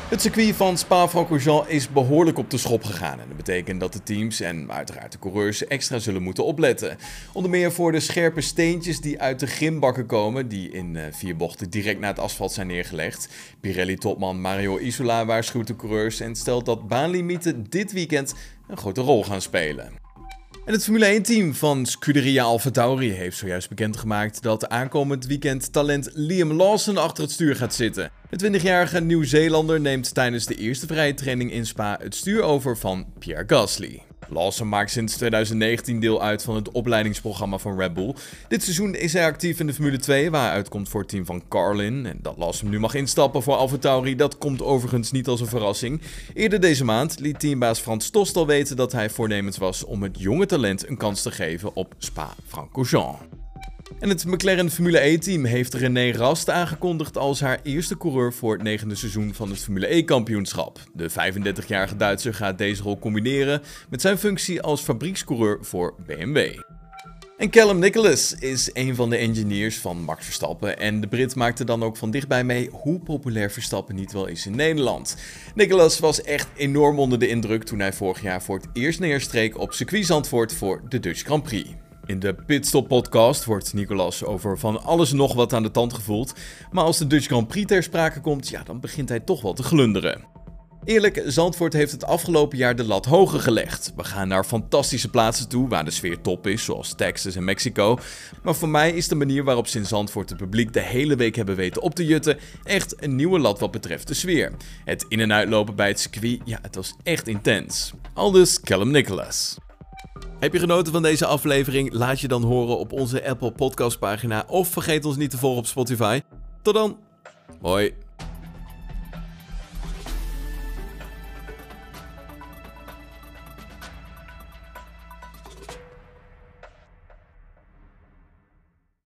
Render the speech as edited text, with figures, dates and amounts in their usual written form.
Het circuit van Spa-Francorchamps is behoorlijk op de schop gegaan en dat betekent dat de teams en uiteraard de coureurs extra zullen moeten opletten. Onder meer voor de scherpe steentjes die uit de grimbakken komen, die in 4 bochten direct naar het asfalt zijn neergelegd. Pirelli-topman Mario Isola waarschuwt de coureurs en stelt dat baanlimieten dit weekend een grote rol gaan spelen. En het Formule 1-team van Scuderia AlphaTauri heeft zojuist bekendgemaakt dat aankomend weekend talent Liam Lawson achter het stuur gaat zitten. De 20-jarige Nieuw-Zeelander neemt tijdens de eerste vrije training in Spa het stuur over van Pierre Gasly. Lawson maakt sinds 2019 deel uit van het opleidingsprogramma van Red Bull. Dit seizoen is hij actief in de Formule 2, waar hij uitkomt voor het team van Carlin. En dat Lawson nu mag instappen voor AlphaTauri, dat komt overigens niet als een verrassing. Eerder deze maand liet teambaas Frans Tost al weten dat hij voornemens was om het jonge talent een kans te geven op Spa-Francorchamps. En het McLaren Formule E-team heeft René Rast aangekondigd als haar eerste coureur voor het 9e seizoen van het Formule E-kampioenschap. De 35-jarige Duitser gaat deze rol combineren met zijn functie als fabriekscoureur voor BMW. En Callum Nicholas is een van de engineers van Max Verstappen en de Brit maakte dan ook van dichtbij mee hoe populair Verstappen niet wel is in Nederland. Nicholas was echt enorm onder de indruk toen hij vorig jaar voor het eerst neerstreek op circuit Zandvoort voor de Dutch Grand Prix. In de Pitstop podcast wordt Nicolas over van alles nog wat aan de tand gevoeld, maar als de Dutch Grand Prix ter sprake komt, dan begint hij toch wel te glunderen. Eerlijk, Zandvoort heeft het afgelopen jaar de lat hoger gelegd. We gaan naar fantastische plaatsen toe waar de sfeer top is, zoals Texas en Mexico. Maar voor mij is de manier waarop ze in Zandvoort het publiek de hele week hebben weten op te jutten echt een nieuwe lat wat betreft de sfeer. Het in- en uitlopen bij het circuit, het was echt intens. Aldus Callum Nicholas. Heb je genoten van deze aflevering? Laat je dan horen op onze Apple Podcast pagina of vergeet ons niet te volgen op Spotify. Tot dan. Hoi.